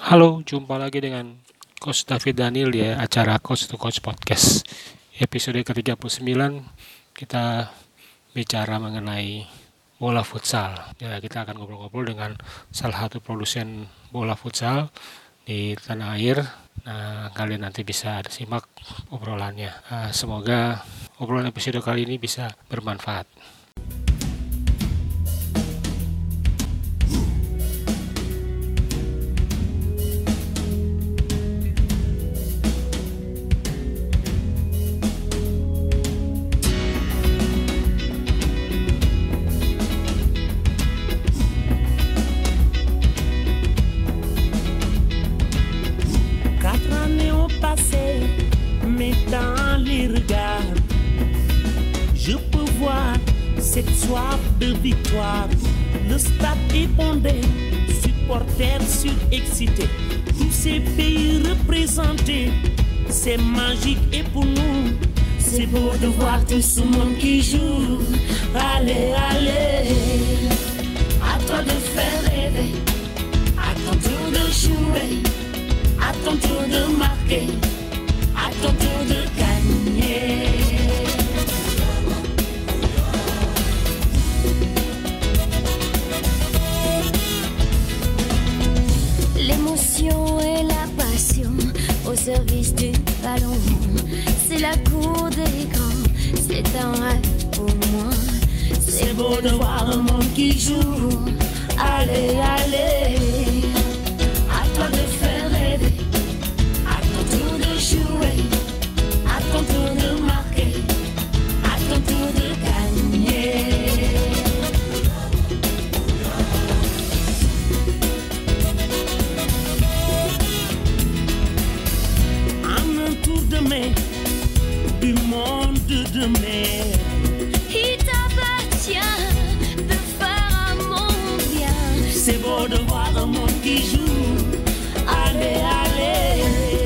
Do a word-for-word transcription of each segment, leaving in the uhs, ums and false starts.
Halo, jumpa lagi dengan Coach David Daniel di acara Coach to Coach Podcast. Episode ke tiga puluh sembilan kita bicara mengenai bola futsal. Ya, kita akan ngobrol-ngobrol dengan salah satu produsen bola futsal di tanah air. Nah, kalian nanti bisa ada simak obrolannya. Nah, semoga obrolan episode kali ini bisa bermanfaat. Cette soif de victoire, le stade est bondé, supporters surexcités, tous ces pays représentés, c'est magique et pour nous, c'est beau de voir tout ce monde qui joue. Allez, allez, à toi de faire rêver, à ton tour de jouer, à ton tour de marquer, à ton tour de gagner. L'émotion et la passion au service du ballon. C'est la cour des grands, c'est un rêve pour moi. C'est beau de voir le monde qui joue. Allez, allez, à toi de faire rêver, à ton tour de jouer, à ton tour de marquer, à ton tour de gagner. Du monde de mer, il t'appartient de faire un monde bien. C'est beau de voir le monde qui joue. Allez, allez.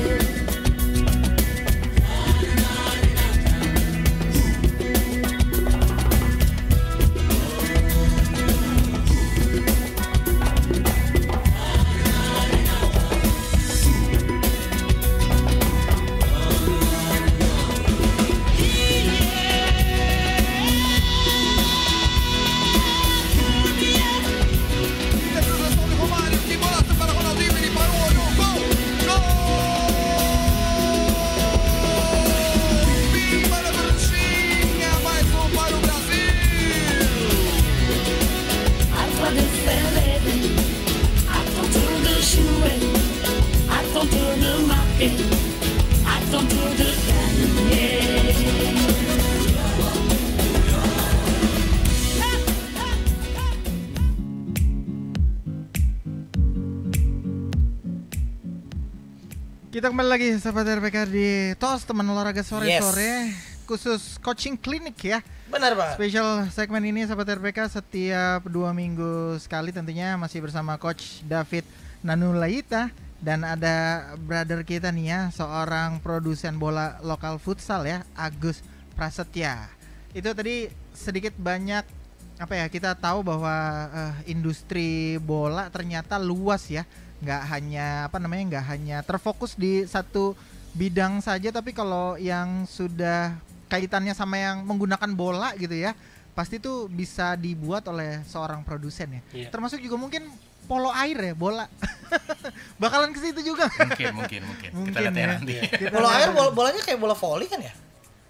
Kita kembali lagi sahabat R P K di T O S, teman olahraga sore-sore, yes. Khusus coaching klinik ya. Benar Pak. Spesial segmen ini sahabat R P K setiap dua minggu sekali tentunya masih bersama Coach David Nanulaita. Dan ada brother kita nih ya, seorang produsen bola lokal futsal ya, Agus Prasetya. Itu tadi sedikit banyak apa ya, kita tahu bahwa uh, industri bola ternyata luas ya. Nggak hanya apa namanya nggak hanya terfokus di satu bidang saja, tapi kalau yang sudah kaitannya sama yang menggunakan bola gitu ya, pasti tuh bisa dibuat oleh seorang produsen ya. Iya. Termasuk juga mungkin polo air ya, bola. Bakalan ke situ juga. Mungkin mungkin mungkin. mungkin kita lihat ya nanti. Kita polo air bola, bolanya kayak bola voli kan ya?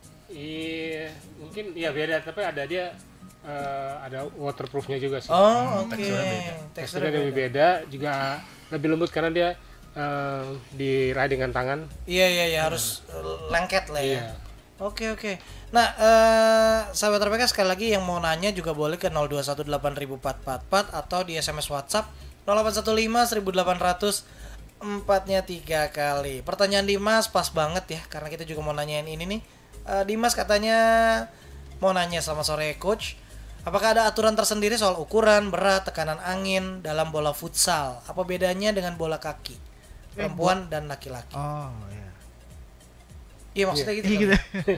Iya, mungkin ya beda, tapi ada dia uh, ada waterproofnya juga sih. Oh, oke. Okay. Teksturnya, teksturnya lebih beda, juga lebih lembut karena dia uh, diraih dengan tangan. Iya iya iya, hmm. harus lengket lah ya. Iya. Oke oke. Nah, uh, sahabat R P K sekali lagi yang mau nanya juga boleh ke nol dua satu delapan empat empat empat atau di S M S WhatsApp nol delapan satu lima seribu delapan ratus empatnya tiga kali. Pertanyaan Dimas pas banget ya, karena kita juga mau nanyain ini nih. Uh, Dimas katanya mau nanya, selamat sore coach. Apakah ada aturan tersendiri soal ukuran, berat, tekanan angin dalam bola futsal? Apa bedanya dengan bola kaki? Perempuan dan laki-laki. Oh iya. Iya maksudnya Iya. gitu. Gitu.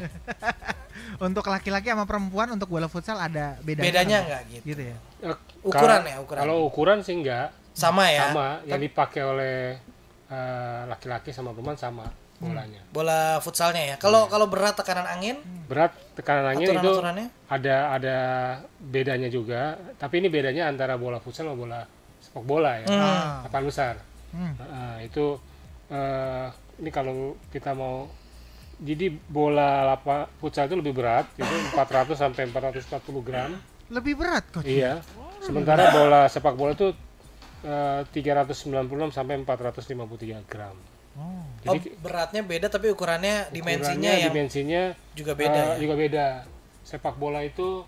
Untuk laki-laki sama perempuan untuk bola futsal ada bedanya? Bedanya kan? enggak gitu. Gitu ya. Ukuran ya, ukuran. Kalau ukuran sih enggak. Sama ya. Sama, yang Tapi- dipakai oleh uh, laki-laki sama perempuan sama bolanya. Bola futsalnya ya. Kalau kalau berat tekanan angin, Berat tekanan angin itu aturan-aturannya? ada ada bedanya juga, tapi ini bedanya antara bola futsal sama bola sepak bola ya. Ah. Lapangan besar. Hmm. Uh, itu uh, ini kalau kita mau jadi bola lapa futsal itu lebih berat, itu empat ratus sampai empat ratus empat puluh gram. Lebih berat coach. Iya. Sementara bola sepak bola itu uh, tiga ratus sembilan puluh enam sampai empat ratus lima puluh tiga gram. Oh. Oh, Jadi beratnya beda tapi ukurannya dimensinya ukurannya, yang dimensinya juga beda uh, ya. juga beda. Sepak bola itu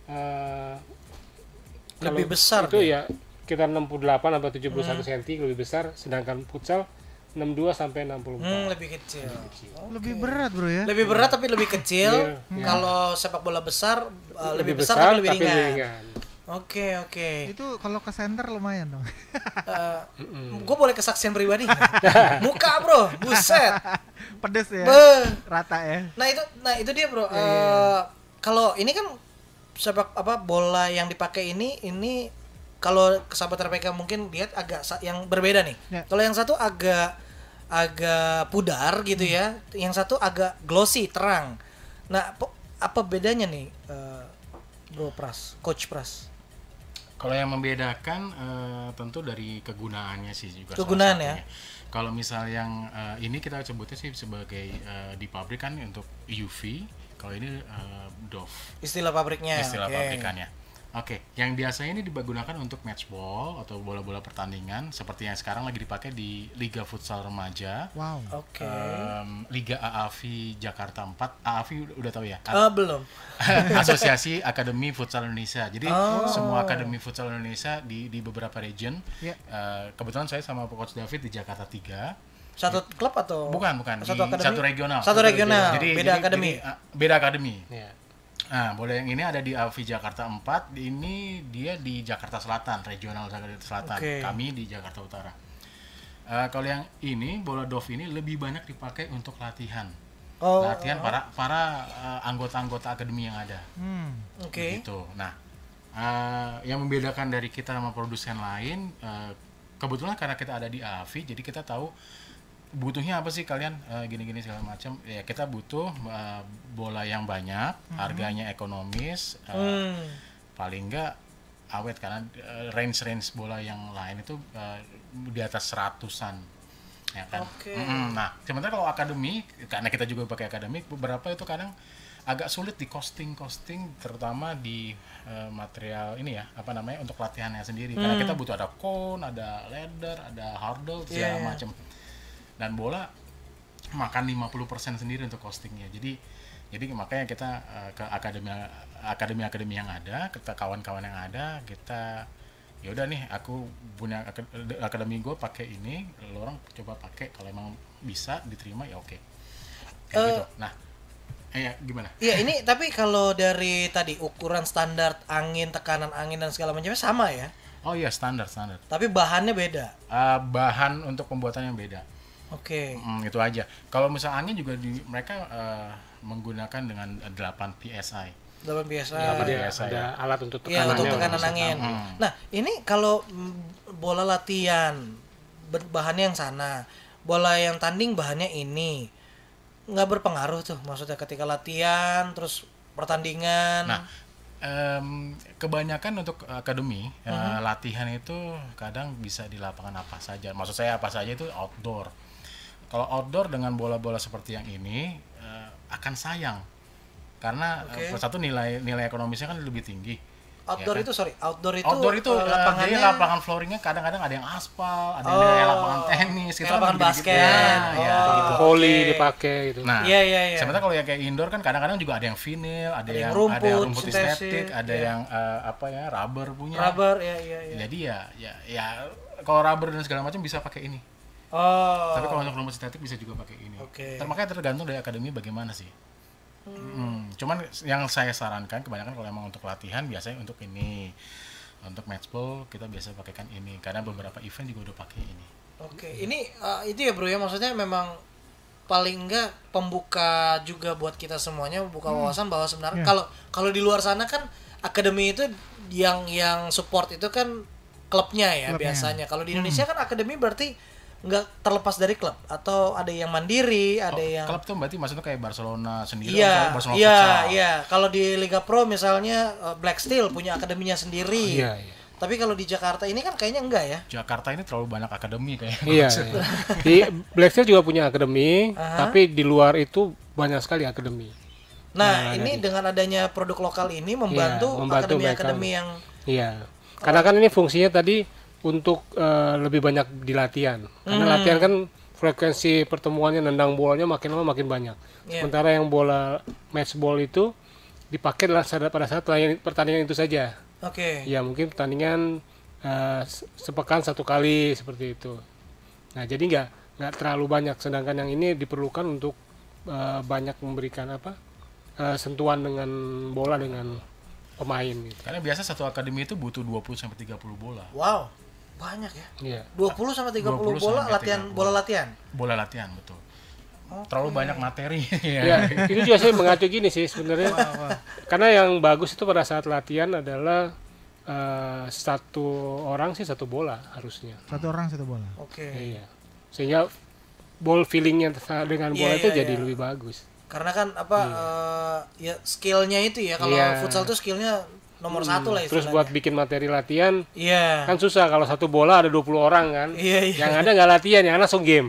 uh, Lebih kalau besar itu dia. ya sekitar enam puluh delapan sampai tujuh puluh satu Hmm. sentimeter lebih besar, sedangkan futsal enam puluh dua sampai enam puluh empat. Hmm, lebih kecil. Lebih berat bro ya. Lebih berat tapi lebih kecil. Iya, iya. Kalau sepak bola besar uh, lebih, besar, tapi lebih ringan. Oke, oke. Itu kalau ke center lumayan dong. Uh, gue boleh kesaksian pribadi nggak? Muka bro, buset. Pedes ya. Beuh. Rata ya. Nah itu, nah itu dia bro. Uh, kalau ini kan sepak apa bola yang dipakai ini, ini kalau sahabat R P K mungkin lihat agak sa- yang berbeda nih. Ya. Kalau yang satu agak agak pudar gitu ya, yang satu agak glossy terang. Nah po- apa bedanya nih, uh, bro Pras, Coach Pras? Kalau yang membedakan eh, tentu dari kegunaannya sih juga. salah Kegunaan ya? satunya. Kalau misal yang eh, ini kita sebutnya sih sebagai eh, di pabrik kan untuk U V. Kalau ini eh, D O F. Istilah pabriknya. Istilah oke. pabrikannya. Oke, yang biasanya ini digunakan untuk match ball atau bola-bola pertandingan seperti yang sekarang lagi dipakai di Liga Futsal Remaja, Wow. Oke. em, Liga A A V Jakarta empat. A A V udah tahu ya? Eh, belum. Asosiasi Akademi Futsal Indonesia. Jadi Oh. semua akademi futsal Indonesia di di beberapa region. Ya. Eh, kebetulan saya sama Coach David di Jakarta tiga. Satu klub atau? Bukan, bukan. Satu di akademi? satu regional. Satu regional. Jadi beda jadi- akademi. jadi, uh, beda akademi. Ya. Nah, bola yang ini ada di A V Jakarta empat, ini dia di Jakarta Selatan, regional Jakarta Selatan. Oke. Kami di Jakarta Utara. Eh, kalau yang ini bola D O F ini lebih banyak dipakai untuk latihan. Oh, latihan para para eh, anggota-anggota akademi yang ada. Hmm. Oke. Gitu. Nah, eh, yang membedakan dari kita sama produsen lain, eh, kebetulan karena kita ada di A V, jadi kita tahu butuhnya apa sih kalian, eh, gini-gini segala macam. Ya kita butuh eh, bola yang banyak, harganya ekonomis, eh, Hmm. paling enggak awet karena eh, range-range bola yang lain itu eh, di atas seratusan. Ya kan? Oke. Mm-mm. Nah, sementara kalau akademi, karena kita juga pakai akademi, beberapa itu kadang agak sulit di costing-costing, terutama di eh, material ini ya, apa namanya, untuk latihannya sendiri. Karena kita butuh ada cone, ada ladder, ada hurdle, segala Iya, iya. macam. Dan bola makan lima puluh persen sendiri untuk costingnya. Jadi jadi makanya kita eh, ke akademi akademi-akademi yang ada, kita kawan-kawan yang ada, kita ya udah nih aku punya ak- akademi gue pakai ini, lo orang coba pakai, kalau emang bisa diterima ya oke. Kayak Eh, gitu. Nah, eh ya, gimana? Iya ini tapi kalau dari tadi ukuran standar angin, tekanan angin dan segala macamnya sama ya. Oh iya, standar standar. Tapi bahannya beda. Eh, bahan untuk pembuatan yang beda. Oke. Hmm, itu aja. Kalau misal angin juga di, mereka eh, menggunakan dengan delapan P S I. delapan biasa. Delapan Ada, biasa, ada ya. alat untuk Iya tekanannya. untuk tekanan bisa angin. tahu. Hmm. Nah ini kalau mm, bola latihan ber- bahannya yang sana, bola yang tanding bahannya ini, nggak berpengaruh tuh maksudnya ketika latihan terus pertandingan. Nah, em, kebanyakan untuk akademi eh, latihan itu kadang bisa di lapangan apa saja. Maksud saya apa saja itu outdoor. Kalau outdoor dengan bola-bola seperti yang ini eh, akan sayang karena Oke. eh, satu nilai nilai ekonomisnya kan lebih tinggi. outdoor ya kan? itu sorry outdoor itu Outdoor itu eh, eh, lapangannya jadi lapangan flooringnya kadang-kadang ada yang aspal, ada yang Oh, kayak lapangan tenis, kayak gitu kan lapangan gitu-gitu. basket. Ya, ya, Oh. gitu. Poli Oke. dipakai gitu. Nah, Iya, iya, iya. sementara kalau yang kayak indoor kan kadang-kadang juga ada yang vinyl, ada, Ada yang yang rumput, ada yang rumput, rumput sintetik, estetik, ada iya. yang eh, apa ya rubber punya. rubber ya ya ya. Jadi ya, ya, ya kalau rubber dan segala macam bisa pakai ini. Oh. Tapi kalau untuk rumput estetik bisa juga pakai ini. Oke. Ter- Makanya tergantung dari akademi bagaimana sih. Hmm, cuman yang saya sarankan kebanyakan kalau emang untuk latihan biasanya untuk ini. Untuk match ball kita biasa pakaikan ini karena beberapa event juga udah pakai ini. Oke, ini uh, itu ya bro ya, maksudnya memang paling enggak pembuka juga buat kita semuanya, membuka wawasan bahwa sebenarnya kalau kalau di luar sana kan akademi itu yang yang support itu kan klubnya ya Klubnya. biasanya. Kalau di Indonesia kan akademi berarti nggak terlepas dari klub atau ada yang mandiri, ada Oh, yang klub tuh berarti maksudnya kayak Barcelona sendiri Iya, atau Barcelona iya, futsal? iya. Kalau di Liga Pro misalnya uh, Black Steel punya akademinya sendiri. Iya, iya. Tapi kalau di Jakarta ini kan kayaknya enggak ya. Jakarta ini terlalu banyak akademi kayaknya. Iya, iya. Di Black Steel juga punya akademi, Aha. tapi di luar itu banyak sekali akademi. Nah, Nah, ini dari- dengan adanya produk lokal ini membantu Iya, membantu akademi-akademi mereka. yang Iya. Karena kan ini fungsinya tadi untuk eh, lebih banyak di latihan. Karena Hmm. latihan kan frekuensi pertemuannya nendang bolanya makin lama makin banyak. Iya. Sementara yang bola match ball itu dipakai adalah pada pada saat pertandingan- pertandingan itu saja. Oke. Ya mungkin pertandingan eh, se- sepekan satu kali seperti itu. Nah jadi nggak nggak terlalu banyak. Sedangkan yang ini diperlukan untuk eh, banyak memberikan apa eh, sentuhan dengan bola dengan pemain. Gitu. Karena biasa satu akademi itu butuh dua puluh sampai tiga puluh bola. Wow. Banyak ya. Iya. dua puluh sampai tiga puluh dua puluh bola sampai latihan tiga puluh. bola latihan. Bola latihan betul. Oke. Terlalu banyak materi. Ya, ini juga saya mengacu gini sih sebenarnya. Karena yang bagus itu pada saat latihan adalah eh, satu orang sih satu bola harusnya. Satu orang satu bola. Oke. Iya. Sehingga ball feelingnya dengan bola Iya, itu iya, jadi iya. lebih bagus. Karena kan apa eh, ya skillnya itu ya kalau Iya. futsal tuh skillnya nomor satu lah Terus istilahnya. buat bikin materi latihan Iya. kan susah kalau satu bola ada dua puluh orang kan. Iya, iya. Yang ada nggak latihan, yang langsung game.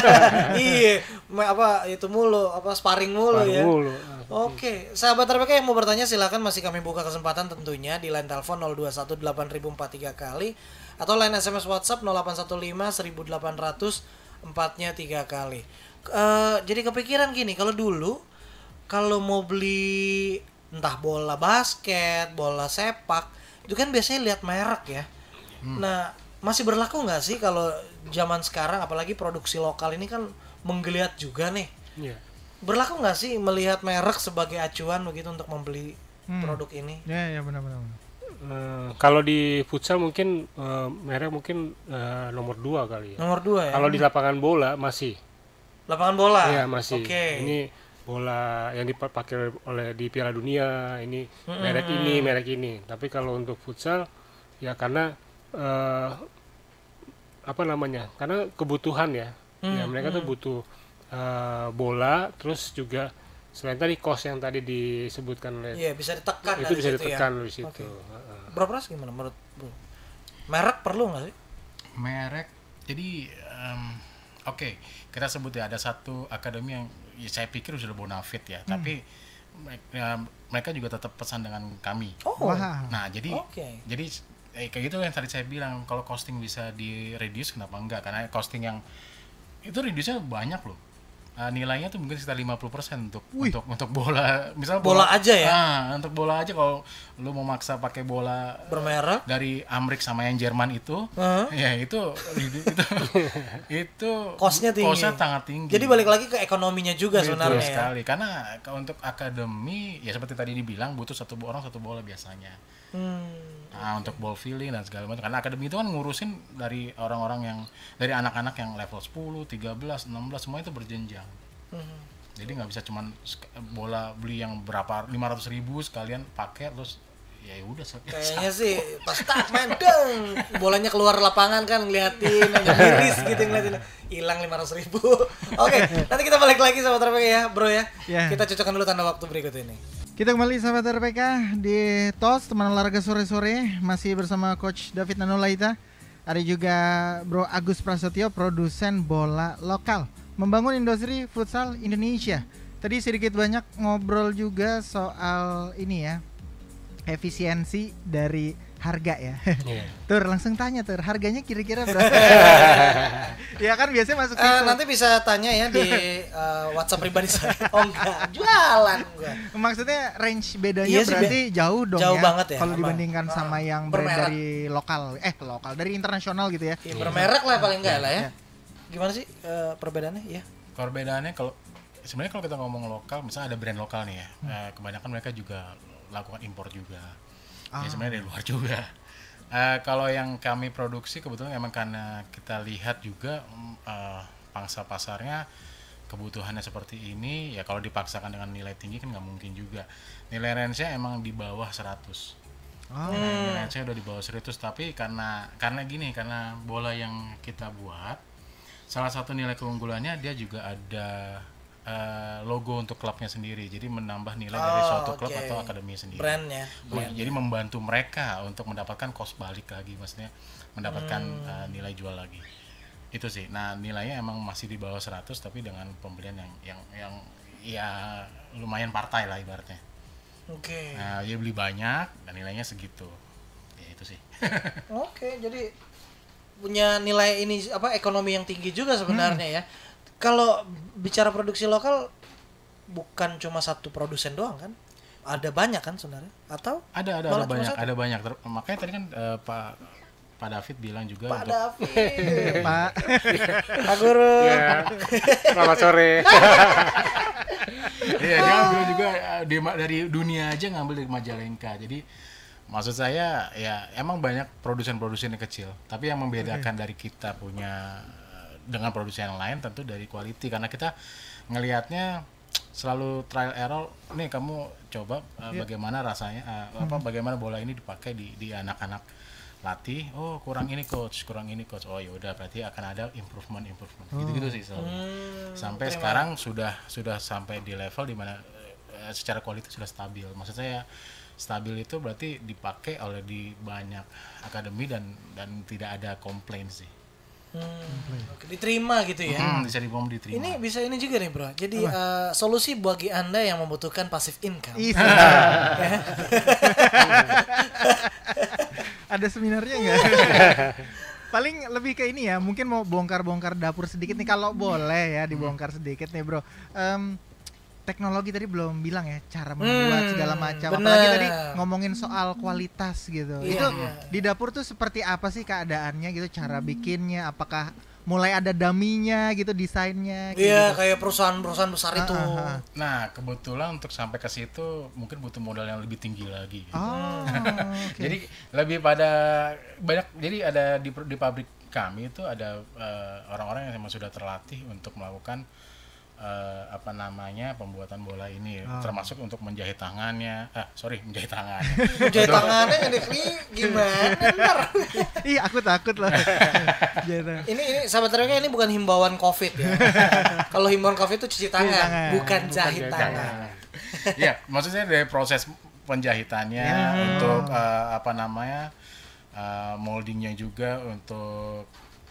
Iya, ma- apa itu mulu, apa sparring mulu Baru ya. mulu. Oke, sahabat R P K yang mau bertanya silakan, masih kami buka kesempatan tentunya di line telepon nol dua satu delapan ribu empat tiga kali atau line S M S WhatsApp nol delapan satu lima seribu delapan ratus empatnya tiga kali. Eh, jadi kepikiran gini, kalau dulu kalau mau beli entah bola basket, bola sepak, itu kan biasanya lihat merek ya. Nah, masih berlaku nggak sih kalau zaman sekarang, apalagi produksi lokal ini kan menggeliat juga nih. Iya. Berlaku nggak sih melihat merek sebagai acuan begitu untuk membeli Hmm. produk ini? Ya, ya benar-benar. Eh, kalau di futsal mungkin eh, merek mungkin eh, nomor dua kali ya. Nomor dua ya. Kalau di lapangan bola masih. Lapangan bola. Iya masih. Oke. Ini bola yang dipakai oleh di Piala Dunia, ini merek ini, merek ini. Tapi kalau untuk futsal ya karena eh, apa namanya? Karena kebutuhan ya. Ya mereka tuh butuh eh, bola, terus juga selain tadi cost yang tadi disebutkan oleh Iya, bisa ditekan itu dari bisa situ ditekan ya. di situ. Oke. Heeh. Bro Pras gimana menurut Bro? Merek perlu nggak sih? Merek. Jadi em, oke, kita sebut ya ada satu akademi yang ya, saya pikir sudah bonafit ya, tapi mereka, mereka juga tetap pesan dengan kami. Oh. Wah. Nah, jadi Oke. jadi eh, kayak gitu yang tadi saya bilang, kalau costing bisa di reduce kenapa enggak? Karena costing yang itu reduce-nya banyak loh. Uh, nilainya tuh mungkin sekitar lima puluh persen untuk Wih. untuk untuk bola, misal Bola aja ya? Ah, untuk bola aja kalau lu mau maksa pakai bola Bermerek. dari Amrik sama yang Jerman itu, Hah? ya itu itu itu Cost-nya tinggi. cost-nya sangat tinggi. Jadi balik lagi ke ekonominya juga Betul sebenarnya. ya. sekali, karena ke- untuk akademi ya seperti tadi dibilang butuh satu orang satu bola biasanya. Hmm. Nah, untuk ball feeling dan segala macam. Karena akademi itu kan ngurusin dari orang-orang yang dari anak-anak yang level sepuluh, tiga belas, enam belas semua itu berjenjang. Hmm. Jadi nggak bisa cuman sek- bola beli yang berapa lima ratus ribu sekalian pakai terus ya udah selesai. Kayaknya sih pas tak main deng, bolanya keluar lapangan kan ngeliatin, hanya miris gitu ngeliatin, hilang lima ratus ribu. Oke, nanti kita balik lagi sama Terpek ya, bro ya. Ya. Kita cocokkan dulu tanda waktu berikut ini. Kita kembali sahabat R P K di T O S teman olahraga sore-sore, masih bersama Coach David Nanulaita. Ada juga Bro Agus Prasetyo, produsen bola lokal, membangun industri futsal Indonesia. Tadi sedikit banyak ngobrol juga soal ini ya, efisiensi dari harga ya. Iya. Tur langsung tanya Tur, harganya kira-kira berapa? Ya kan biasanya masuk Eh, situ. nanti bisa tanya ya di eh, WhatsApp pribadi saya. Oh enggak, jualan gua. Maksudnya range bedanya Iya sih, berarti jauh dong jauh ya. banget ya, Kalau emang. dibandingkan Ah, sama yang brand bermerek. dari lokal, eh lokal dari internasional gitu ya. Ya, bermerek lah paling enggak lah ya. Iya. Gimana sih eh, perbedaannya? Iya. Perbedaannya kalau sebenarnya kalau kita ngomong lokal, misalnya ada brand lokal nih ya, Hmm. eh, kebanyakan mereka juga lakukan impor juga. Ah. Ya sebenarnya dari luar juga. Eh, kalau yang kami produksi kebetulan memang karena kita lihat juga mm, eh, pangsa pasarnya kebutuhannya seperti ini, ya kalau dipaksakan dengan nilai tinggi kan nggak mungkin juga. Nilai range-nya emang di bawah seratus. Oh. Nilai range-nya udah di bawah seratus, tapi karena karena gini, karena bola yang kita buat salah satu nilai keunggulannya dia juga ada uh, logo untuk klubnya sendiri, jadi menambah nilai Oh, dari suatu klub oke. atau akademi sendiri. Brandnya. Oh, jadi membantu mereka untuk mendapatkan cost balik lagi, maksudnya mendapatkan uh, nilai jual lagi. Itu sih. Nah, nilainya emang masih di bawah seratus tapi dengan pembelian yang yang yang ya lumayan partai lah ibaratnya. Oke. Nah, dia beli banyak dan nilainya segitu. Ya itu sih. Oke, jadi punya nilai ini apa ekonomi yang tinggi juga sebenarnya ya. Kalau bicara produksi lokal bukan cuma satu produsen doang kan? Ada banyak kan sebenarnya? Atau Ada ada malah ada cuma banyak, satu? ada banyak. Ter- makanya tadi kan eh, Pak Pak David bilang juga Pak untuk David. Pak. Pak Guru. Ya, selamat sore. Iya, dia ngambil juga eh, di, dari dunia aja ngambil dari Majalengka. Jadi maksud saya ya emang banyak produsen-produsen yang kecil, tapi yang membedakan dari kita punya eh, dengan produsen yang lain tentu dari quality, karena kita ngelihatnya selalu trial error. Nih kamu coba uh, bagaimana rasanya uh, apa bagaimana bola ini dipakai di di anak-anak latih. Oh, kurang ini coach, kurang ini coach. Oh ya udah, berarti akan ada improvement improvement. Gitu-gitu sih selalu. Hmm, Sampai terima. sekarang sudah sudah sampai di level di mana uh, secara kualitas sudah stabil. Maksud saya stabil itu berarti dipakai oleh di banyak akademi dan dan tidak ada komplain sih. Hmm, oke, diterima gitu ya. Hmm, bisa dibawa diterima. Ini bisa ini juga nih bro. Jadi eh, solusi bagi anda yang membutuhkan passive income. Ih, ada seminarnya nggak? Paling lebih ke ini ya, mungkin mau bongkar-bongkar dapur sedikit nih, kalau boleh ya dibongkar sedikit nih bro. Em, teknologi tadi belum bilang ya cara membuat Hmm, segala macam. bener. Apalagi tadi ngomongin soal kualitas gitu. Iya, Itu iya. di dapur tuh seperti apa sih keadaannya gitu, cara bikinnya? Apakah mulai ada daminya gitu, desainnya? kayak Iya gitu? kayak perusahaan-perusahaan besar itu. Ah, ah, ah. Nah, kebetulan untuk sampai ke situ mungkin butuh modal yang lebih tinggi lagi. gitu. Oh, oke. Jadi lebih pada banyak. Jadi ada di di pabrik kami itu ada eh, orang-orang yang memang sudah terlatih untuk melakukan eh, apa namanya pembuatan bola ini, Oh. termasuk untuk menjahit tangannya. Ah, sorry, menjahit tangannya. Jahit tangannya jadi "Ih, gimana ntar?" Ih, aku takut loh. Jadi, Ini ini sahabat ternyata ini bukan himbauan covid ya. Kalau himbauan covid itu cuci tangan, tangan, bukan bukan jahit jahit tangan. Iya, maksudnya dari proses penjahitannya Ya. untuk eh, apa namanya eh, moldingnya juga, untuk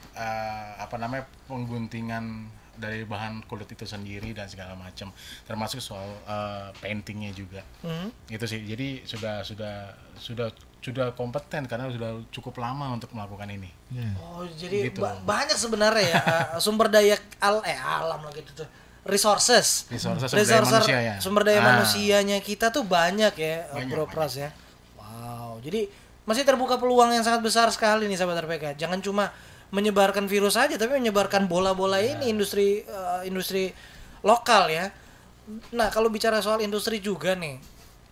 eh, apa namanya pengguntingan dari bahan kulit itu sendiri dan segala macam, termasuk soal eh, paintingnya juga. Hmm. Itu sih, jadi sudah sudah sudah sudah kompeten karena sudah cukup lama untuk melakukan ini. Oh, jadi Gitu. ba- banyak sebenarnya ya uh, sumber daya al eh alam lah gitu tuh. Resources. Resources, sumber daya Resources- manusia ya. Sumber daya Ah. manusianya kita tuh banyak ya, uh, Banyak, Bro Pras ya. Wow. Jadi masih terbuka peluang yang sangat besar sekali nih sahabat R P K. Jangan cuma menyebarkan virus saja tapi menyebarkan bola-bola ini industri uh, industri lokal ya. Nah, kalau bicara soal industri juga nih.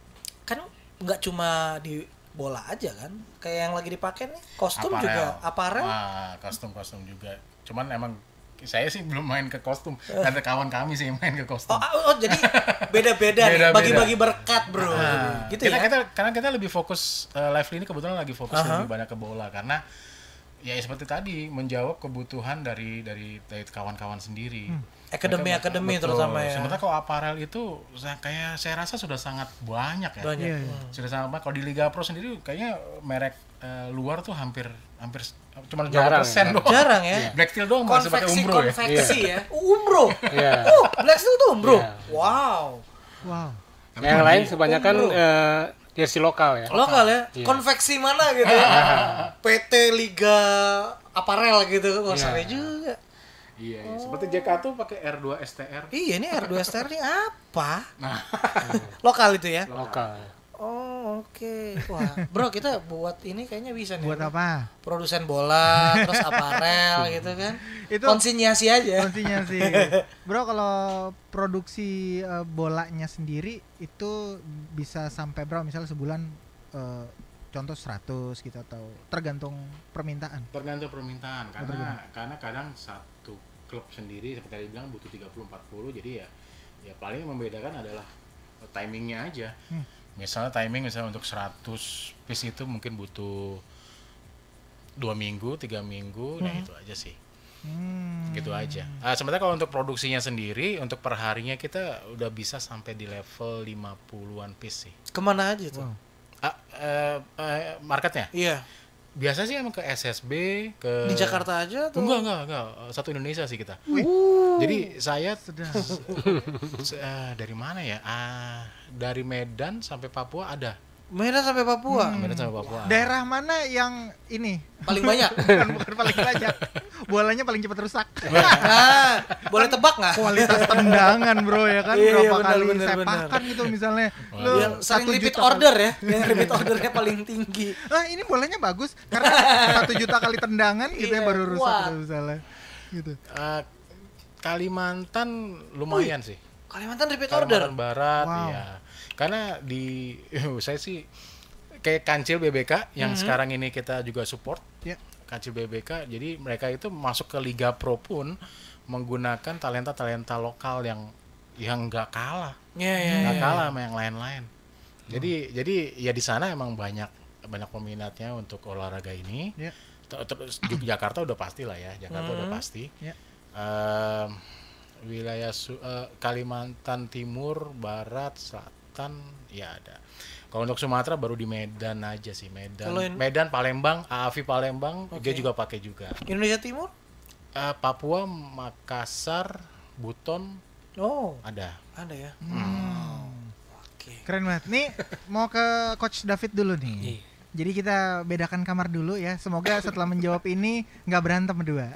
Kan nggak cuma di bola aja kan, kayak yang lagi dipakai nih kostum juga, aparel. Ah, kostum-kostum juga. Cuman emang saya sih belum main ke kostum. Ada kawan kami sih yang main ke kostum. Oh, oh, oh, jadi beda-beda nih, Beda-beda. bagi-bagi berkat bro, Nah, gitu kita, ya. kita karena kita lebih fokus uh, live ini kebetulan lagi fokus Aha. lebih banyak ke bola, karena ya seperti tadi menjawab kebutuhan dari dari dari kawan-kawan sendiri. Akademi-akademi Betul. terutama ya. Sementara kalau aparel itu saya- kayak saya rasa sudah sangat banyak ya. Banyak. Iya, iya. Hmm. Sudah sangat banyak. Kalau di Liga Pro sendiri kayaknya merek eh, luar tuh hampir hampir cuma Jarang, berapa persen ya. doang. Jarang ya. Black Steel doang masih pakai Konveksi umbro ya. konveksi ya. Umbro. Iya. Oh, Black Steel tuh umbro. Iya. Wow. wow. Yang lain kebanyakan Bro. eh, jersey lokal ya. Lokal ya. Iya. Konveksi mana gitu ya. P T Liga Aparel gitu. Wah, Iya. seru juga. Iya, iya. Seperti J K tuh pakai R dua S T R. Iya, ini R dua S T R ini apa? Nah, Lokal itu ya. Lokal. Oh, oke. Wah, bro, kita buat ini kayaknya bisa nih. Buat apa? Produsen bola, terus aparel gitu kan. Itu- konsinyasi aja. Kuncinya sih. Bro, kalau produksi eh, bolanya sendiri itu bisa sampai berapa? Misalnya sebulan eh, contoh seratus gitu, atau tergantung permintaan. tergantung permintaan, karena karena kadang satu klub sendiri seperti tadi bilang butuh tiga puluh empat puluh, jadi ya ya paling yang membedakan adalah timingnya aja. Hmm. Misalnya timing misalnya untuk seratus piece itu mungkin butuh dua minggu, tiga minggu, nah itu aja sih. Hmm. Gitu aja. Uh, sementara kalau untuk produksinya sendiri, untuk perharinya kita udah bisa sampai di level lima puluhan piece sih. Kemana aja tuh? Wow. Uh, uh, uh, marketnya? Iya. Biasa sih emang ke S S B, ke Di Jakarta aja tuh? Enggak, enggak, enggak. Satu Indonesia sih kita. Jadi saya Sedang. uh, dari mana ya? Ah, dari Medan sampai Papua ada. Medan sampai Papua. Medan sampai Papua. Daerah mana yang ini Paling banyak. bukan bukan paling banyak, bolanya paling cepat rusak. Nah, boleh tebak nggak? Kualitas tendangan bro ya kan, Iya, berapa benar, kali benar, sepakan gitu misalnya. Wah. Lu Yang sering satu repeat juta order ya, yang repeat ordernya paling tinggi. Ah ini bolanya bagus karena satu juta kali tendangan gitu ya Iya, baru rusak kuat. tuh misalnya. Gitu. Uh, Kalimantan lumayan sih. Kalimantan repeat order. Kalimantan Barat, Wow. ya. Karena di saya sih kayak Kancil B B K yang Mhm. sekarang ini kita juga support. Ya. Kancil B B K, jadi mereka itu masuk ke Liga Pro pun menggunakan talenta-talenta lokal yang yang nggak kalah, Iya, iya, nggak iya. kalah sama yang lain-lain. Jadi jadi ya di sana emang banyak banyak peminatnya untuk olahraga ini. Ya. Ter- Terus Jakarta udah pasti lah ya, Jakarta udah Mhm. pasti. Ya. Em, wilayah Su- eh, Kalimantan Timur, Barat, Selatan, ya ada. Kalau untuk Sumatera baru di Medan aja sih, Medan. Kalau in- Medan, Palembang, A A V I Palembang, dia Oke. juga pakai juga. Indonesia Timur? Eh, Papua, Makassar, Buton Oh, ada. ada ya. Hmm. Oke. Keren banget. Nih mau ke Coach David dulu nih. Iya. Jadi kita bedakan kamar dulu ya. Semoga setelah menjawab ini nggak berantem berdua.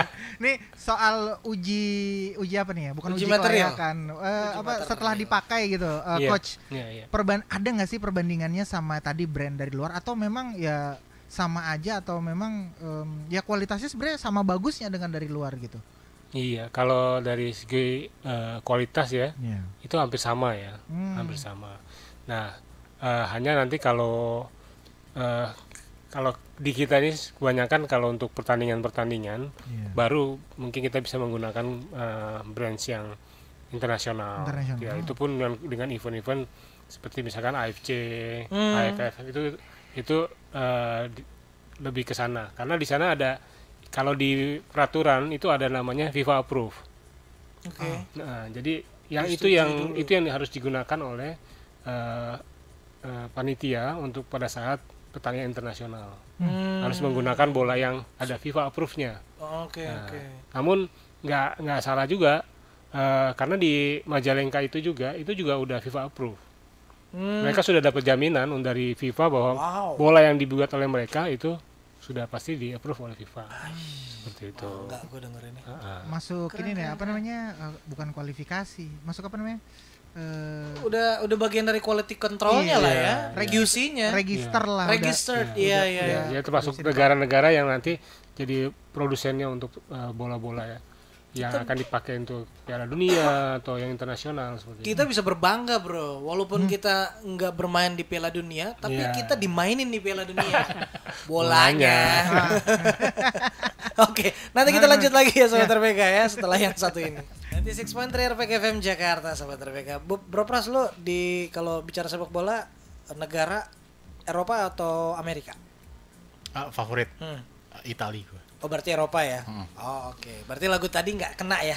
Nih soal uji uji apa nih ya? Bukan Uji uji, material. kelayakan. Eh, apa material. setelah dipakai gitu, eh, Iya, Coach. iya, iya. Perban ada nggak sih perbandingannya sama tadi brand dari luar atau memang ya sama aja atau memang em, ya kualitasnya sebenarnya sama bagusnya dengan dari luar gitu? Iya, kalau dari segi eh, kualitas ya, Iya. itu hampir sama ya, Hmm. hampir sama. Nah, eh, hanya nanti kalau eh, kalau di kita ini kebanyakan kalau untuk pertandingan-pertandingan, Iya. baru mungkin kita bisa menggunakan eh, brands yang internasional. Internasional. Ya, itu pun dengan, dengan event-event seperti misalkan A F C, Hmm. A F F itu itu eh, di- lebih ke sana. Karena di sana ada, kalau di peraturan itu ada namanya FIFA approve. Oke. Nah, jadi yang itu Disetujui yang dulu. itu yang harus digunakan oleh eh, eh, panitia untuk pada saat pertandingan internasional. Hmm. Harus menggunakan bola yang ada FIFA approve-nya. Oke, Nah, oke. Namun nggak nggak salah juga eh, karena di Majalengka itu juga itu juga udah FIFA approve. Hmm. Mereka sudah dapat jaminan dari FIFA bahwa Wow. bola yang dibuat oleh mereka itu sudah pasti di approve oleh FIFA. Seperti itu. Oh, enggak, gue denger ini. Ah, ah. Masuk ini nih apa namanya? eh, bukan kualifikasi. Masuk apa namanya? Eh, Udah udah bagian dari quality control-nya Iya. lah ya. Iya. Q C-nya. register lah udah. Registered. Iya, Iya, udah- iya, ya, iya. ya termasuk Produksi negara-negara yang nanti jadi produsennya untuk eh, bola-bola ya, yang akan dipakai untuk Piala Dunia atau yang internasional seperti Kita bisa berbangga, Bro. Walaupun kita nggak bermain di Piala Dunia, tapi Iya. kita dimainin di Piala Dunia. Bolanya. Oke, nanti kita lanjut lagi ya Sobat R P K ya setelah yang satu ini. Nanti enam point tiga R P K F M Jakarta Sobat R P K. Bu- Bro Pras, lu di kalau bicara sepak bola negara Eropa atau Amerika? Ah, favorit Hmm. ah, Itali gua. Oh berarti Eropa ya? Oh oke, berarti lagu tadi nggak kena ya?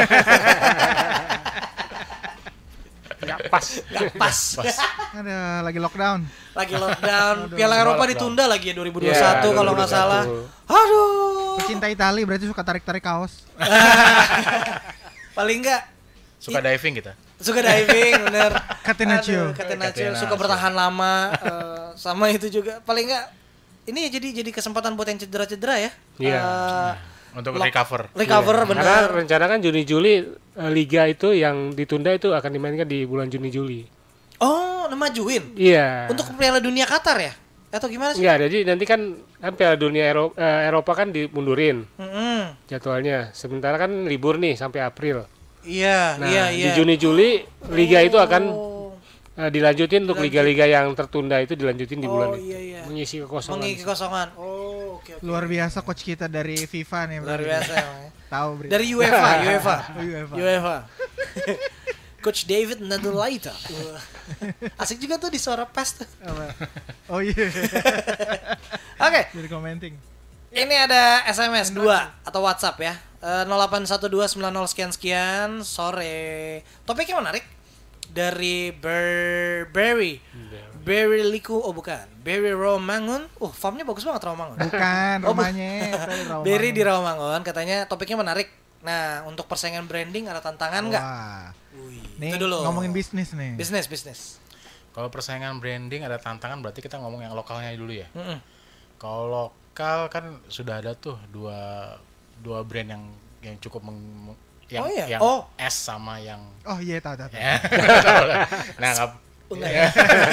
nggak pas. Nggak pas. Ada lagi lockdown. Lagi lockdown, Piala Eropa lockdown. ditunda lagi ya dua ribu dua puluh satu Ya, kalau nggak dua ribu dua salah. puluh satu. Aduh. Pecinta Itali berarti suka tarik-tarik kaos. Paling nggak Suka diving kita. suka diving bener. Catenaccio. Aduh, Catenaccio Catenaccio. suka bertahan lama eh, sama itu juga. Paling nggak ini jadi jadi kesempatan buat yang cedera-cedera ya. Iya. Eh, Untuk Lock- recover. recover Iya. Karena bener. rencana kan Juni Juli eh, liga itu yang ditunda itu akan dimainkan di bulan Juni Juli. Oh, nemajuin. Iya. Untuk Piala Dunia Qatar ya? Atau gimana sih? Enggak, jadi nanti kan kan Piala Dunia Eropa, Eropa kan dimundurin Mm-mm. jadwalnya. Sementara kan libur nih sampai April. Iya, Nah, iya, di iya. Juni Juli liga itu akan Oh. eh, dilanjutin untuk liga-liga yang tertunda itu dilanjutin di bulan Oh, itu. iya, iya. Mengisi kekosongan. Mengisi kekosongan. Oh, oke oke. Luar biasa coach kita dari FIFA nih. Luar berarti. biasa emang ya. Tahu Bri. Dari UEFA, UEFA. Oh, UEFA. UEFA. Coach David Nadulaita. Wah. Asik juga tuh di suara pes tuh. Apa? Oh iya. Oke. Jadi commenting. Ini ada S M S dua atau WhatsApp ya. Uh, nol delapan satu dua sembilan nol sekian sekian sore. Topiknya menarik dari Ber Berry. Berry Liku, oh bukan. Berry Rawamangun. Uh, farmnya bagus banget Rawamangun. Bukan, Oh, bu- rumahnya. itu Rawamangun. Berry di Rawamangun katanya topiknya menarik. Nah, untuk persaingan branding ada tantangan nggak? Wah. Wih, Nih itu dulu. ngomongin bisnis nih. Bisnis, bisnis. Kalau persaingan branding ada tantangan berarti kita ngomong yang lokalnya dulu ya. Mm-mm. Kalau lokal kan sudah ada tuh dua dua brand yang yang cukup meng, yang Oh iya? yang Oh. S sama yang Oh iya tahu tahu. tahu. ya. Nah, nggak Enggak ya.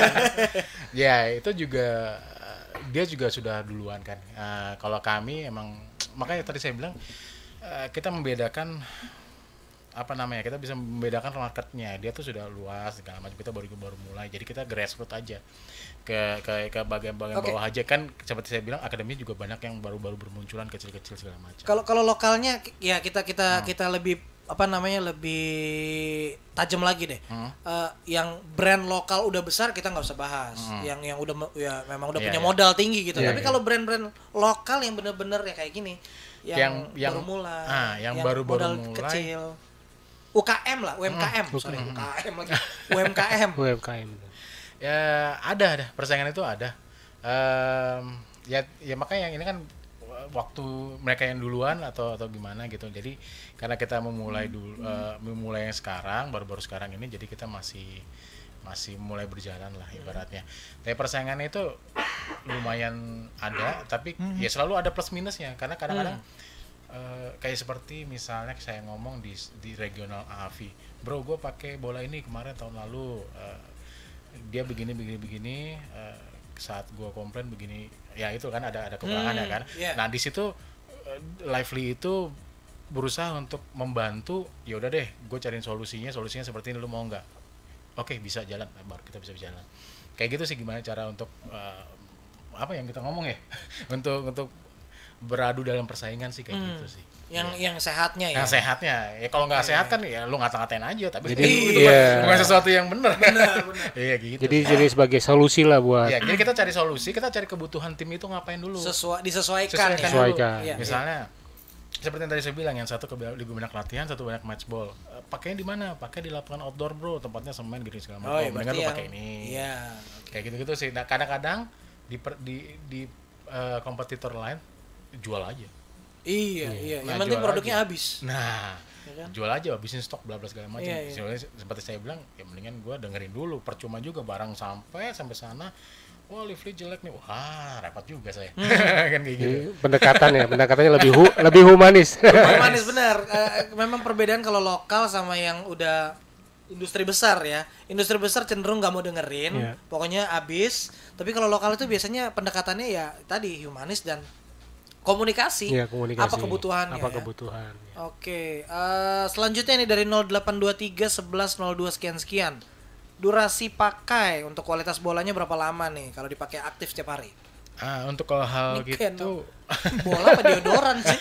Ya, itu juga dia juga sudah duluan kan. Uh, kalau kami emang makanya tadi saya bilang uh, kita membedakan apa namanya, kita bisa membedakan marketnya. Dia tuh sudah luas segala macam, kita baru baru mulai, jadi kita grassroots aja ke ke ke bagian-bagian Oke. bawah aja kan. Seperti saya bilang, akademi juga banyak yang baru-baru bermunculan kecil-kecil segala macam. Kalau kalau lokalnya ya kita kita kita lebih apa namanya lebih tajam lagi deh. Hmm. Eh, yang brand lokal udah besar kita nggak usah bahas. Hmm. Yang yang udah me- ya memang udah Iya, punya iya. modal tinggi gitu. Iya, Tapi iya. kalau brand-brand lokal yang bener-bener ya kayak gini, yang, Yang- yang- baru mulai, ah, yang baru-baru modal mulai. kecil, U K M lah, U M K M, sorry U K M lagi, U M K M. U M K M. Ya ada ada persaingan itu ada. Em, ya ya makanya yang ini kan waktu mereka yang duluan atau atau gimana gitu. Jadi karena kita memulai dulu eh, memulai yang sekarang, baru-baru sekarang ini, jadi kita masih masih mulai berjalan lah ibaratnya. Tapi persaingannya itu lumayan ada, tapi ya selalu ada plus minusnya karena kadang-kadang eh, kayak seperti misalnya saya ngomong di di regional A V, bro gue pakai bola ini kemarin tahun lalu, eh, dia begini begini begini, eh, saat gue komplain begini, ya itu kan ada ada kekurangan ya Hmm, kan. yeah. Nah di situ eh, Lively itu berusaha untuk membantu, ya udah deh gue cariin solusinya, solusinya seperti ini, lu mau nggak? Oke bisa jalan, nah, baru kita bisa jalan. Kayak gitu sih, gimana cara untuk eh, apa yang kita ngomong ya, untuk untuk beradu dalam persaingan sih kayak Hmm. gitu sih. Yang Iya. yang sehatnya ya. Yang sehatnya, ya kalau nggak sehat kan ya lu ngata-ngatain aja, tapi Jadi, itu iya. bukan sesuatu yang benar. Iya gitu. Jadi jadi sebagai solusi lah buat Ya, jadi kita cari solusi, kita cari kebutuhan tim itu ngapain dulu. Sesuai disesuaikan Sesuaikan ya. dulu. Sesuaikan. Iya. Misalnya seperti yang tadi saya bilang, yang satu ke lebih banyak latihan, satu banyak match ball. Eh, pakainya di mana? Pakai di lapangan outdoor bro, tempatnya semen gitu segala macam. Oh, iya, Mendingan berarti lu yang pakai ini. Iya. Kayak gitu-gitu sih. Nah, kadang-kadang di per- di di eh, kompetitor lain jual aja. Iya, iya. Yang Nah, penting jual produknya aja. habis. Nah, Ya kan? jual aja, habisin stok bla bla segala macam. Iya, iya. Sebenarnya seperti saya bilang, ya mendingan gua dengerin dulu, percuma juga barang sampai sampai sana. Wah, Lively jelek nih. Wah, repot juga saya. Kan kayak gitu. Jadi, pendekatan ya, pendekatannya lebih hu- lebih humanis. Manis benar. Eh, memang perbedaan kalau lokal sama yang udah industri besar ya. Industri besar cenderung nggak mau dengerin, Iya. pokoknya habis. Tapi kalau lokal itu biasanya pendekatannya ya tadi humanis dan komunikasi. Iya, komunikasi. Apa kebutuhannya? Apa ya? kebutuhan. Oke, eh, selanjutnya nih dari nol delapan dua tiga sebelas nol dua sekian sekian. Durasi pakai untuk kualitas bolanya berapa lama nih kalau dipakai aktif setiap hari? Ah, untuk kalau hal Ini Ken, gitu, Bola apa deodoran sih?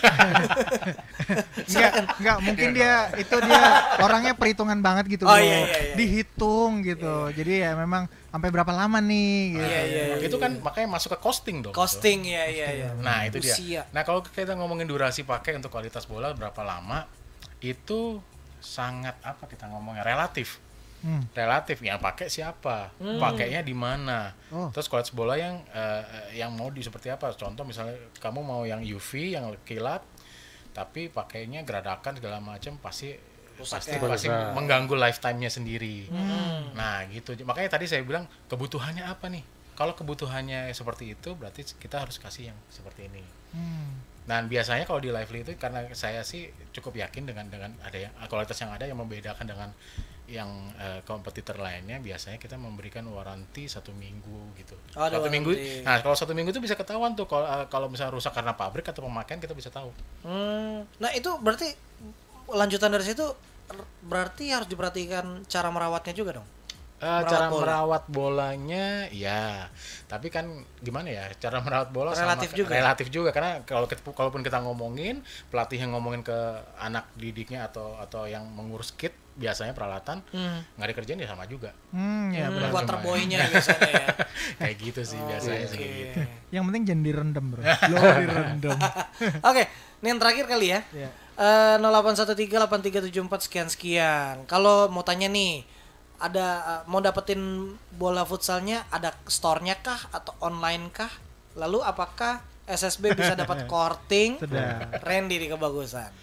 Enggak, enggak mungkin dia itu dia orangnya perhitungan banget gitu Oh, bro. iya, iya, iya. Dihitung gitu. Jadi ya memang sampai berapa lama nih gitu. Iya, iya, iya. itu kan makanya masuk ke costing dong. Costing ya, ya, ya. Nah, itu dia. Usia. Nah, kalau kita ngomongin durasi pakai untuk kualitas bola berapa lama, itu sangat apa kita ngomongnya relatif. Hmm. Relatif, yang pakai siapa, pakainya di mana, Oh. terus kualitas bola yang eh, yang mau di seperti apa. Contoh misalnya kamu mau yang U V, yang kilat, tapi pakainya geradakan segala macam, pasti Rusak pasti ya. pasti Rusak. mengganggu lifetime-nya sendiri. Nah gitu, makanya tadi saya bilang kebutuhannya apa nih. Kalau kebutuhannya seperti itu, berarti kita harus kasih yang seperti ini. Hmm. Dan biasanya kalau di Lively itu, karena saya sih cukup yakin dengan dengan ada yang kualitas yang ada yang membedakan dengan yang eh, kompetitor lainnya, biasanya kita memberikan waranti satu minggu gitu. Oh, ada satu minggu. waranti. Nah kalau satu minggu itu bisa ketahuan tuh kalau eh, kalau misalnya rusak karena pabrik atau pemakaian, kita bisa tahu. Hmm, nah itu berarti lanjutan dari situ r- berarti harus diperhatikan cara merawatnya juga dong. Uh, Merawat cara bola. merawat bolanya ya, tapi kan gimana ya, cara merawat bola Relatif sama juga. relatif juga karena kalau kita, kalaupun kita ngomongin pelatih yang ngomongin ke anak didiknya atau atau yang mengurus kit biasanya peralatan Hmm. nggak dikerjain ya sama juga. Hmm, ya Hmm, benar. Cuma- water boy-nya biasanya ya. Kayak gitu sih biasanya sih Oke. kayak gitu. Yang penting jangan direndam, Bro. Lo direndam. Oke, ini yang terakhir kali ya. Ya. Eh, nol delapan satu tiga delapan tiga tujuh empat sekian sekian. Kalau mau tanya nih, ada eh, mau dapetin bola futsalnya, ada store-nya kah atau online kah? Lalu apakah S S B bisa dapat korting? Sedap. Randy di Kebagusan.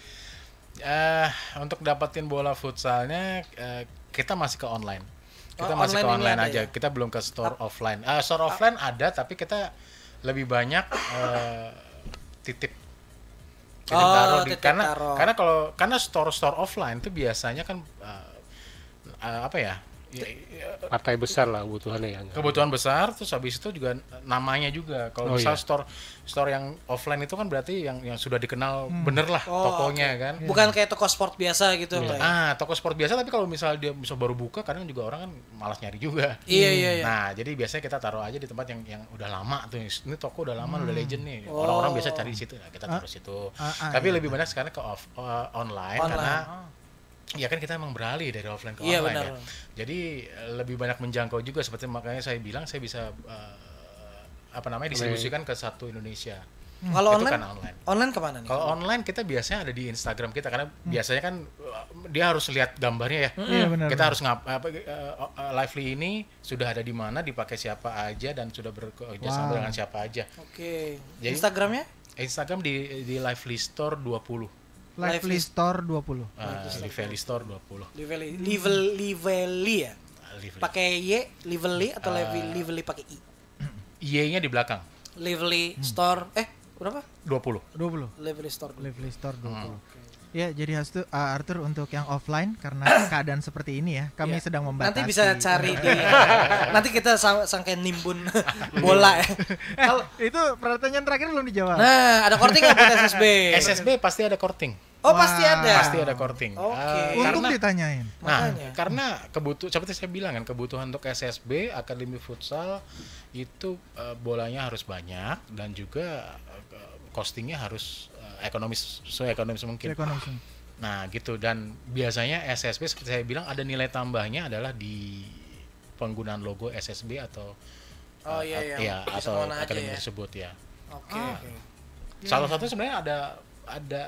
Eh, untuk dapetin bola futsalnya eh, kita masih ke online. Kita Oh, masih ke online ini online ada aja. ya? Kita belum ke store offline. Ah, store offline ada tapi kita lebih banyak eh, titip. Titip Oh, taruh di, titip karena taruh. karena kalau karena store store offline itu biasanya kan eh, eh, apa ya? Ya, ya, Partai besar lah kebutuhannya ya. kebutuhan besar terus habis itu juga namanya juga kalau Oh, misal iya. store store yang offline itu kan berarti yang yang sudah dikenal bener lah Oh, tokonya kan. Bukan kayak toko sport biasa gitu Iya. Pak, ya? Ah, toko sport biasa tapi kalau misal dia bisa baru buka kadang juga orang kan malas nyari juga. Iya iya iya. Nah, jadi biasanya kita taruh aja di tempat yang yang udah lama tuh. Ini toko udah lama, udah legend nih. Oh. Orang-orang biasa cari di situ, nah, kita taruh situ. ah, ah, Tapi iya. lebih banyak sekarang ke off, uh, online, Online. karena ya kan kita emang beralih dari offline ke Iya, online benar. ya. Jadi eh, lebih banyak menjangkau juga seperti makanya saya bilang saya bisa eh, apa namanya distribusikan ke satu Indonesia. Kalau Itu online, kan online. online kemana nih? Kalau online kita biasanya ada di Instagram kita karena biasanya kan uh, dia harus lihat gambarnya ya. Iya benar. Kita harus ngap apa uh, uh, Lively ini sudah ada di mana, dipakai siapa aja dan sudah bekerja sama Wow. dengan siapa aja. Oke. Jadi- Instagramnya? Instagram di di Lively Store dua puluh. Lively Store dua puluh. Uh, Lively Store dua puluh. Lively, Lively, Lively ya? Lively. Pakai Y, Lively atau Ah. Lively, Lively pakai I? Y-nya di belakang. Lively Store, eh berapa? dua puluh. dua puluh. Lively Store. Lively Store dua puluh. Hmm. Ya, jadi Hastu, uh, Arthur untuk yang offline karena keadaan seperti ini ya, kami Iya. sedang membatasi. Nanti bisa cari di nanti kita sang- sangkain nimbun bola ya. Kalau Itu pertanyaan terakhir belum dijawab. nah, ada korting nggak buat S S B? S S B pasti ada korting. Oh, pasti Wah. ada. Pasti ada korting. Oke. Uh, Untuk karena ditanyain. Nah, Makanya. karena kebutuhan seperti saya bilang kan kebutuhan untuk S S B Akademi Futsal itu eh, bolanya harus banyak dan juga eh, costingnya harus eh, ekonomis sesuai ekonomis mungkin. Ekonomi. Nah, gitu dan biasanya S S B seperti saya bilang ada nilai tambahnya adalah di penggunaan logo S S B atau Oh, eh, iya, at- iya. ya, Bisa atau kemana aja akademi ya. tersebut ya. Oke. Ah. oke. Salah satu sebenarnya ada ada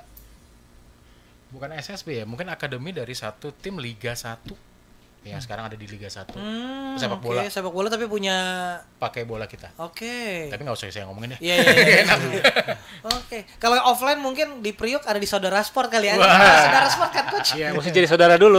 bukan S S B ya, mungkin akademi dari satu tim Liga satu. Ya, sekarang ada di Liga satu. Hmm, Sepak oke, bola. sepak bola tapi punya Pakai bola kita. oke. Tapi nggak usah saya ngomongin ya. Iya iya. iya. Oke. Kalau offline mungkin di Priok ada di Saudara Sport kali ya. Wah. Saudara Sport kan coach? Iya, mesti jadi saudara dulu.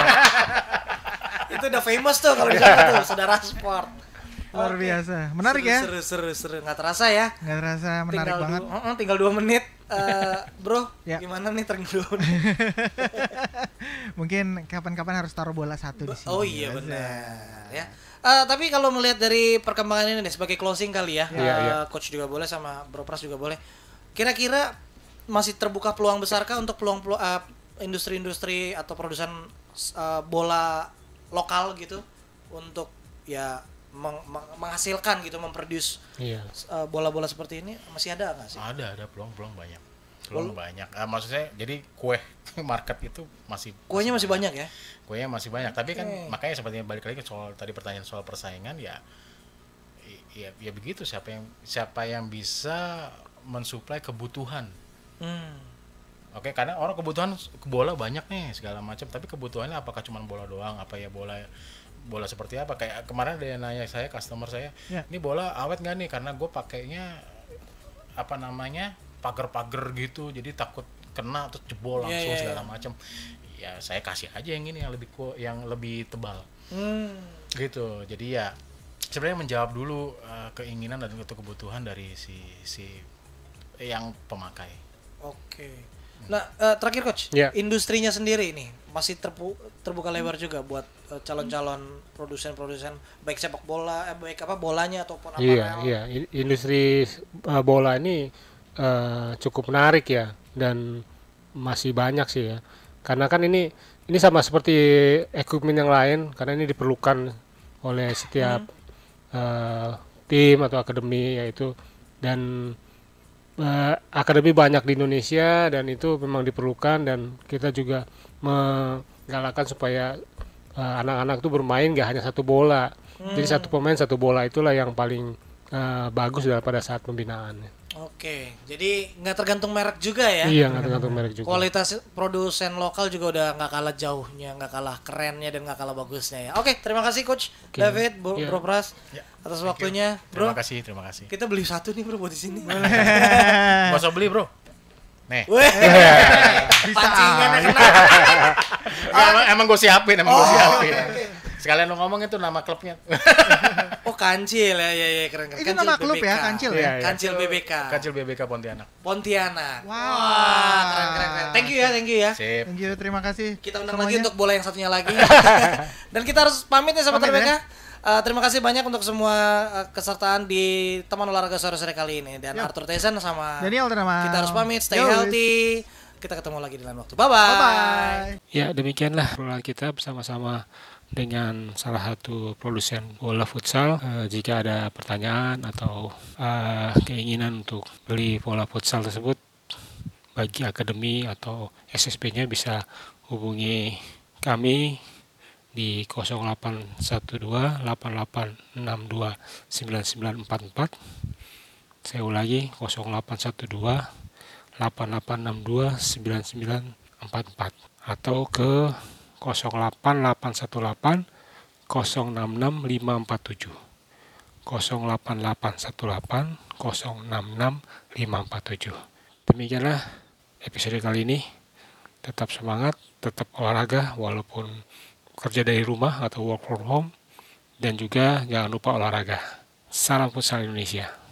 Itu udah famous tuh kalau di sana tuh Saudara Sport. Luar Oke. biasa. Menarik seru, ya. Seru seru seru nggak terasa ya. Nggak terasa menarik tinggal banget. Du- uh-uh, tinggal dua menit. Eh, bro, Ya. gimana nih tinggal dua menit? Mungkin kapan-kapan harus taruh bola satu di sini. Oh iya Biasa. benar ya. Eh, tapi kalau melihat dari perkembangan ini nih sebagai closing kali ya, Iya, eh, iya. coach juga boleh sama Bro Pras juga boleh. Kira-kira masih terbuka peluang besarkah untuk peluang-peluang eh, industri-industri atau produsen eh, bola lokal gitu untuk ya meng- meng- menghasilkan gitu, memproduce Iya. eh, bola-bola seperti ini masih ada nggak sih? Ada ada peluang-peluang banyak. Peluang banyak. Ah, maksud saya jadi kue market itu masih Kuenya masih banyak ya? Kuenya masih banyak. Tapi kan Oke. makanya seperti balik lagi ke soal tadi pertanyaan soal persaingan ya i- ya ya begitu siapa yang siapa yang bisa mensuplai kebutuhan. Hmm. Oke, karena orang kebutuhan ke bola banyak nih segala macam, tapi kebutuhannya apakah cuma bola doang? Apa ya bola bola seperti apa? Kayak kemarin ada yang nanya saya, customer saya, Ya. ini bola awet nggak nih? Karena gue pakainya apa namanya pagar-pagar gitu, jadi takut kena terus jebol Iya, langsung iya, segala iya. macam. Ya saya kasih aja yang ini yang lebih ku- yang lebih tebal Hmm. gitu. Jadi ya sebenarnya menjawab dulu uh, keinginan dan untuk kebutuhan dari si si yang pemakai. Oke. Nah, eh, terakhir coach, Ya. industrinya sendiri ini masih terbu- terbuka lebar juga buat eh, calon-calon produsen-produsen baik sepak bola, eh, baik apa bolanya ataupun apa. Iya, iya. I- Industri uh, bola ini uh, cukup menarik ya dan masih banyak sih ya. Karena kan ini ini sama seperti equipment yang lain karena ini diperlukan oleh setiap uh, tim atau akademi, yaitu dan uh, akademi banyak di Indonesia dan itu memang diperlukan, dan kita juga menggalakkan supaya uh, anak-anak itu bermain gak hanya satu bola. Hmm. Jadi satu pemain satu bola itulah yang paling uh, bagus daripada saat pembinaan. Oke, jadi nggak tergantung merek juga ya? Iya, nggak tergantung merek juga. Kualitas produsen lokal juga udah nggak kalah jauhnya, nggak kalah kerennya, dan nggak kalah bagusnya ya. Oke, terima kasih Coach okay. David, Bro, yeah. Bro Pras yeah. atas Thank waktunya, you. Bro. Terima kasih, terima kasih. Kita beli satu nih bro buat di sini. Nggak usah beli bro. Nih. Pancingannya kena. Nggak, emang, emang gue siapin, emang oh, gue siapin. Okay. Sekalian lu ngomong itu nama klubnya. Oh Kancil ya, ya, ya keren keren. Itu Kancil nama klub B B K. ya, Kancil ya. Kancil B B K. Kancil B B K Pontianak. Pontianak. Wow. Wah, keren keren keren. Thank you ya, thank you ya. Sip. Thank you, terima kasih. Kita undang semuanya. lagi untuk bola yang satunya lagi. Dan kita harus pamit nih sahabat R B K. Ya? Uh, terima kasih banyak untuk semua uh, kesertaan di teman olahraga sore-sore kali ini, dan Yo. Arthur Tyson sama Daniel Drama. Kita harus pamit, stay Yo. healthy. Kita ketemu lagi di lain waktu. Bye bye. Bye-bye. Ya, demikianlah obrolan kita bersama-sama dengan salah satu produsen bola futsal. Uh, jika ada pertanyaan atau uh, keinginan untuk beli bola futsal tersebut bagi akademi atau S S B-nya, bisa hubungi kami di nol delapan satu dua delapan delapan enam dua sembilan sembilan empat empat. Saya ulangi, nol delapan satu dua delapan delapan enam dua sembilan sembilan empat empat, atau ke nol delapan delapan satu delapan nol enam enam lima empat tujuh, nol delapan delapan satu delapan nol enam enam lima empat tujuh. Demikianlah episode kali ini. Tetap semangat, tetap olahraga walaupun kerja dari rumah atau work from home, dan juga jangan lupa olahraga. Salam futsal Indonesia.